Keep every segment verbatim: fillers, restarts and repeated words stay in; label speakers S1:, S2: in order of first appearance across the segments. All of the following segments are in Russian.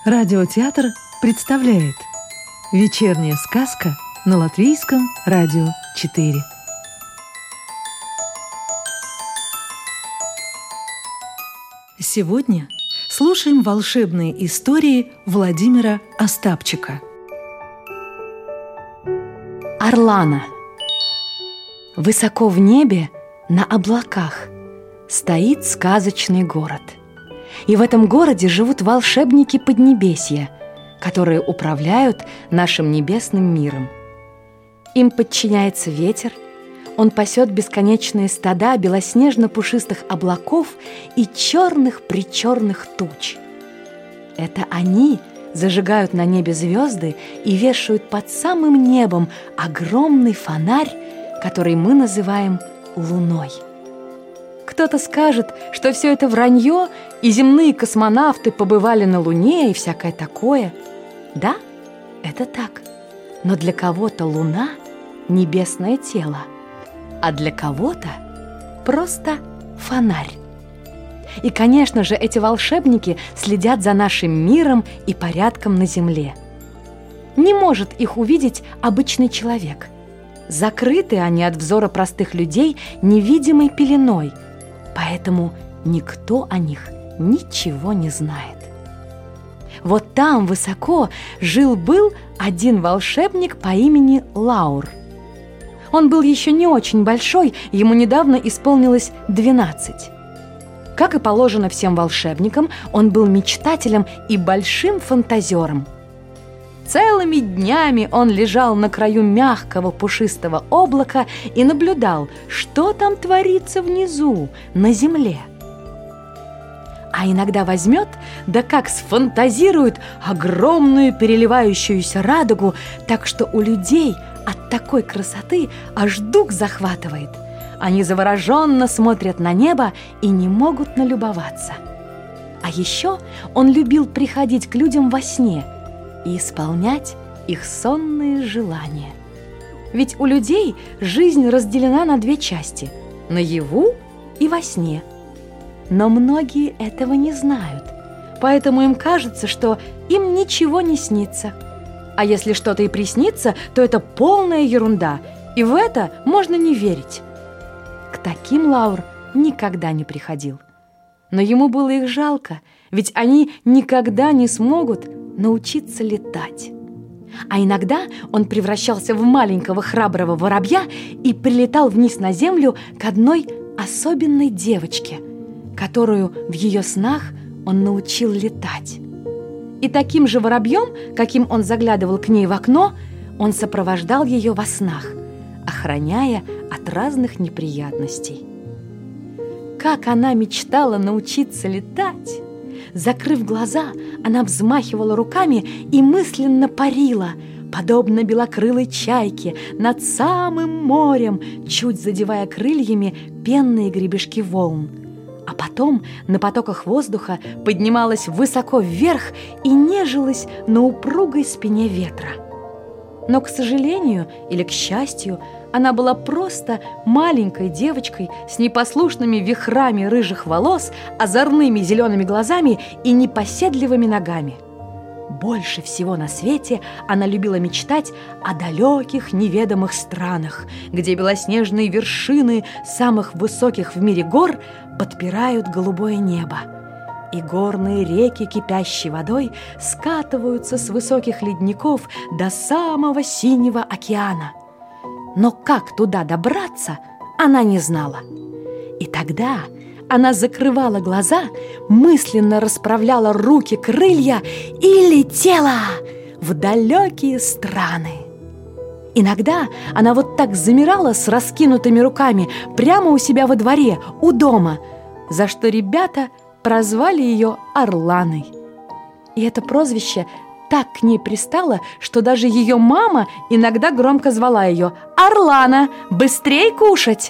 S1: Радиотеатр представляет «Вечерняя сказка» на Латвийском радио четыре. Сегодня слушаем волшебные истории Владимира Остапчика.
S2: Орлана. Высоко в небе, на облаках, стоит сказочный город. И в этом городе живут волшебники Поднебесья, которые управляют нашим небесным миром. Им подчиняется ветер, он пасет бесконечные стада белоснежно-пушистых облаков и черных-причерных туч. Это они зажигают на небе звезды и вешают под самым небом огромный фонарь, который мы называем Луной. Кто-то скажет, что все это вранье, и земные космонавты побывали на Луне и всякое такое. Да, это так. Но для кого-то Луна – небесное тело, а для кого-то просто фонарь. И, конечно же, эти волшебники следят за нашим миром и порядком на Земле. Не может их увидеть обычный человек. Закрыты они от взора простых людей невидимой пеленой, поэтому никто о них ничего не знает. Вот там, высоко, жил-был один волшебник по имени Лаур. Он был еще не очень большой, ему недавно исполнилось двенадцать. Как и положено всем волшебникам, он был мечтателем и большим фантазером. Целыми днями он лежал на краю мягкого пушистого облака и наблюдал, что там творится внизу, на земле. А иногда возьмет, да как сфантазирует огромную переливающуюся радугу, так что у людей от такой красоты аж дух захватывает. Они завороженно смотрят на небо и не могут налюбоваться. А еще он любил приходить к людям во сне и исполнять их сонные желания. Ведь у людей жизнь разделена на две части – наяву и во сне. Но многие этого не знают, поэтому им кажется, что им ничего не снится. А если что-то и приснится, то это полная ерунда, и в это можно не верить. К таким Лаур никогда не приходил. Но ему было их жалко, ведь они никогда не смогут научиться летать. А иногда он превращался в маленького храброго воробья и прилетал вниз на землю к одной особенной девочке, которую в ее снах он научил летать. И таким же воробьем, каким он заглядывал к ней в окно, он сопровождал ее во снах, охраняя от разных неприятностей. Как она мечтала научиться летать! Закрыв глаза, она взмахивала руками и мысленно парила, подобно белокрылой чайке, над самым морем, чуть задевая крыльями пенные гребешки волн. А потом на потоках воздуха поднималась высоко вверх и нежилась на упругой спине ветра. Но, к сожалению или к счастью, она была просто маленькой девочкой с непослушными вихрами рыжих волос, озорными зелеными глазами и непоседливыми ногами. Больше всего на свете она любила мечтать о далеких неведомых странах, где белоснежные вершины самых высоких в мире гор подпирают голубое небо, и горные реки кипящей водой скатываются с высоких ледников до самого синего океана. Но как туда добраться, она не знала. И тогда она закрывала глаза, мысленно расправляла руки, крылья и летела в далекие страны. Иногда она вот так замирала с раскинутыми руками прямо у себя во дворе, у дома, за что ребята прозвали ее Орланой. И это прозвище так к ней пристало, что даже ее мама иногда громко звала ее: «Орлана, быстрей кушать!»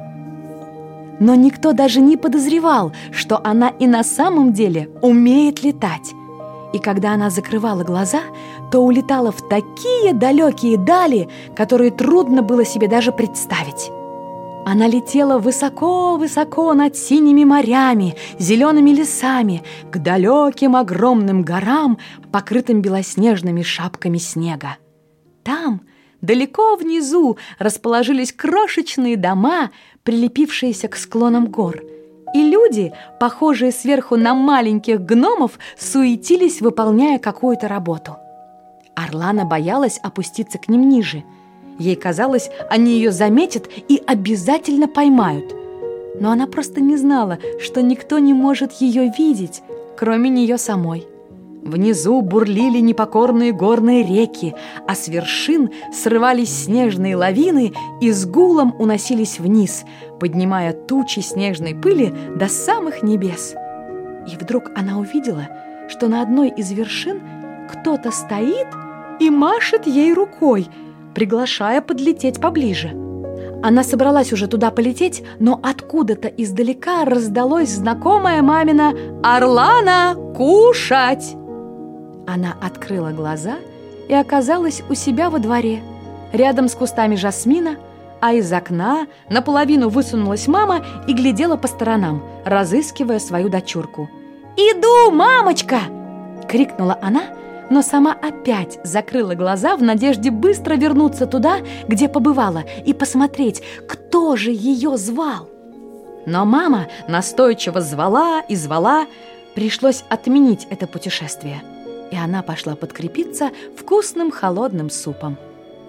S2: Но никто даже не подозревал, что она и на самом деле умеет летать. И когда она закрывала глаза, то улетала в такие далекие дали, которые трудно было себе даже представить. Она летела высоко-высоко над синими морями, зелеными лесами, к далеким огромным горам, покрытым белоснежными шапками снега. Там, далеко внизу, расположились крошечные дома, прилепившиеся к склонам гор, и люди, похожие сверху на маленьких гномов, суетились, выполняя какую-то работу. Орлана боялась опуститься к ним ниже. Ей казалось, они ее заметят и обязательно поймают. Но она просто не знала, что никто не может ее видеть, кроме нее самой. Внизу бурлили непокорные горные реки, а с вершин срывались снежные лавины и с гулом уносились вниз, поднимая тучи снежной пыли до самых небес. И вдруг она увидела, что на одной из вершин кто-то стоит и машет ей рукой, приглашая подлететь поближе. Она собралась уже туда полететь, но откуда-то издалека раздалось знакомое мамино «Орлана, кушать!». Она открыла глаза и оказалась у себя во дворе, рядом с кустами жасмина, а из окна наполовину высунулась мама и глядела по сторонам, разыскивая свою дочурку. «Иду, мамочка!» — крикнула она, но сама опять закрыла глаза в надежде быстро вернуться туда, где побывала, и посмотреть, кто же ее звал. Но мама настойчиво звала и звала, пришлось отменить это путешествие, и она пошла подкрепиться вкусным холодным супом.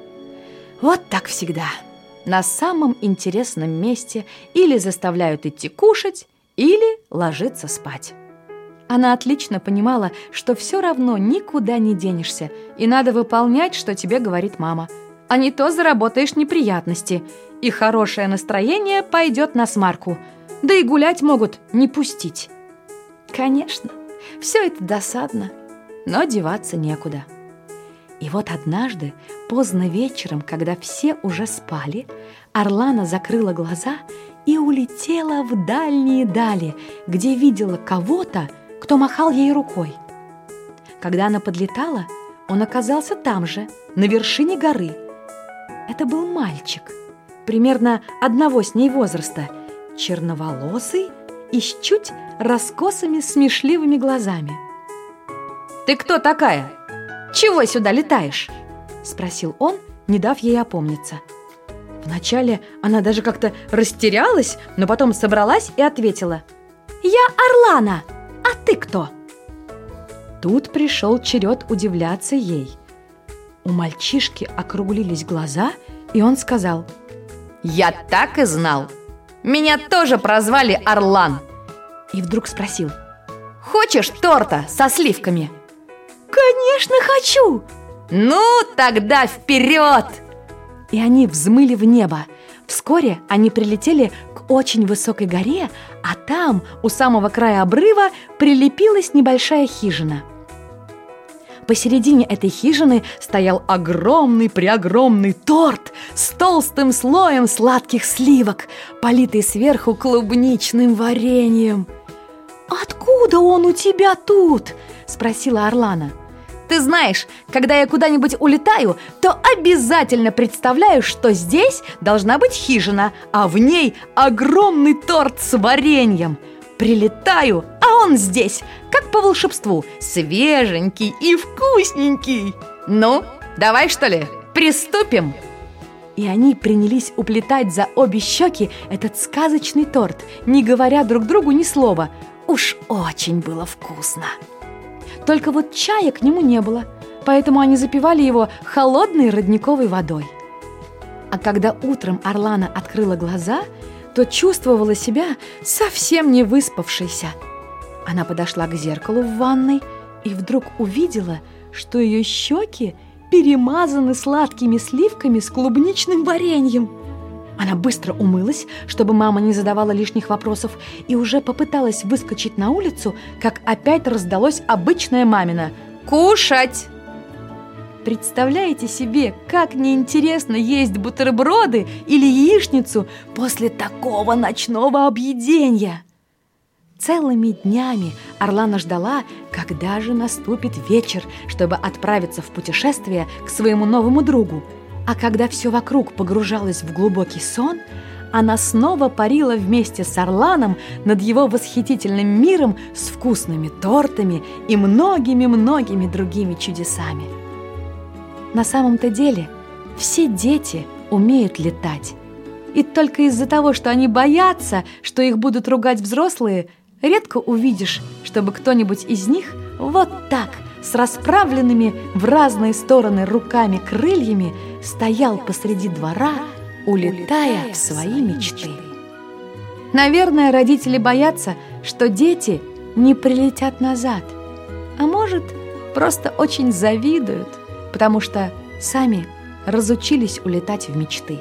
S2: Вот так всегда. На самом интересном месте или заставляют идти кушать, или ложиться спать. Она отлично понимала, что все равно никуда не денешься, и надо выполнять, что тебе говорит мама. А не то заработаешь неприятности, и хорошее настроение пойдет насмарку, да и гулять могут не пустить. Конечно, все это досадно, но деваться некуда. И вот однажды, поздно вечером, когда все уже спали, Орлана закрыла глаза и улетела в дальние дали, где видела кого-то, кто махал ей рукой. Когда она подлетала, он оказался там же, на вершине горы. Это был мальчик, примерно одного с ней возраста, черноволосый и с чуть раскосыми смешливыми глазами. «Ты кто такая? Чего сюда летаешь?» — спросил он, не дав ей опомниться. Вначале она даже как-то растерялась, но потом собралась и ответила: «Я Орлана! А ты кто?» Тут пришел черед удивляться ей. У мальчишки округлились глаза, и он сказал: «Я так и знал! Меня тоже прозвали Орлан!» И вдруг спросил: «Хочешь торта со сливками?» «Конечно хочу!» «Ну, тогда вперед!» И они взмыли в небо. Вскоре они прилетели к очень высокой горе, а там, у самого края обрыва, прилепилась небольшая хижина. Посередине этой хижины стоял огромный-преогромный торт с толстым слоем сладких сливок, политый сверху клубничным вареньем. «Откуда он у тебя тут?» – спросила Орлана. «Ты знаешь, когда я куда-нибудь улетаю, то обязательно представляю, что здесь должна быть хижина, а в ней огромный торт с вареньем. Прилетаю, а он здесь, как по волшебству, свеженький и вкусненький. Ну, давай, что ли, приступим?» И они принялись уплетать за обе щеки этот сказочный торт, не говоря друг другу ни слова. Уж очень было вкусно. Только вот чая к нему не было, поэтому они запивали его холодной родниковой водой. А когда утром Орлана открыла глаза, то чувствовала себя совсем не выспавшейся. Она подошла к зеркалу в ванной и вдруг увидела, что ее щеки перемазаны сладкими сливками с клубничным вареньем. Она быстро умылась, чтобы мама не задавала лишних вопросов, и уже попыталась выскочить на улицу, как опять раздалось обычное мамино «Кушать!». Представляете себе, как неинтересно есть бутерброды или яичницу после такого ночного объедения? Целыми днями Орлана ждала, когда же наступит вечер, чтобы отправиться в путешествие к своему новому другу. А когда все вокруг погружалось в глубокий сон, она снова парила вместе с Орланом над его восхитительным миром с вкусными тортами и многими-многими другими чудесами. На самом-то деле все дети умеют летать. И только из-за того, что они боятся, что их будут ругать взрослые, редко увидишь, чтобы кто-нибудь из них вот так, с расправленными в разные стороны руками-крыльями, стоял посреди двора, улетая в свои мечты. Наверное, родители боятся, что дети не прилетят назад, а может, просто очень завидуют, потому что сами разучились улетать в мечты.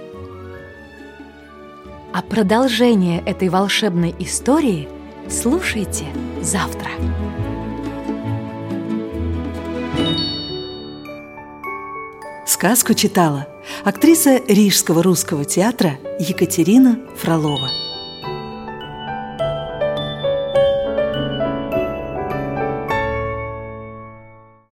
S2: А продолжение этой волшебной истории слушайте завтра.
S1: Сказку читала актриса Рижского русского театра Екатерина Фролова.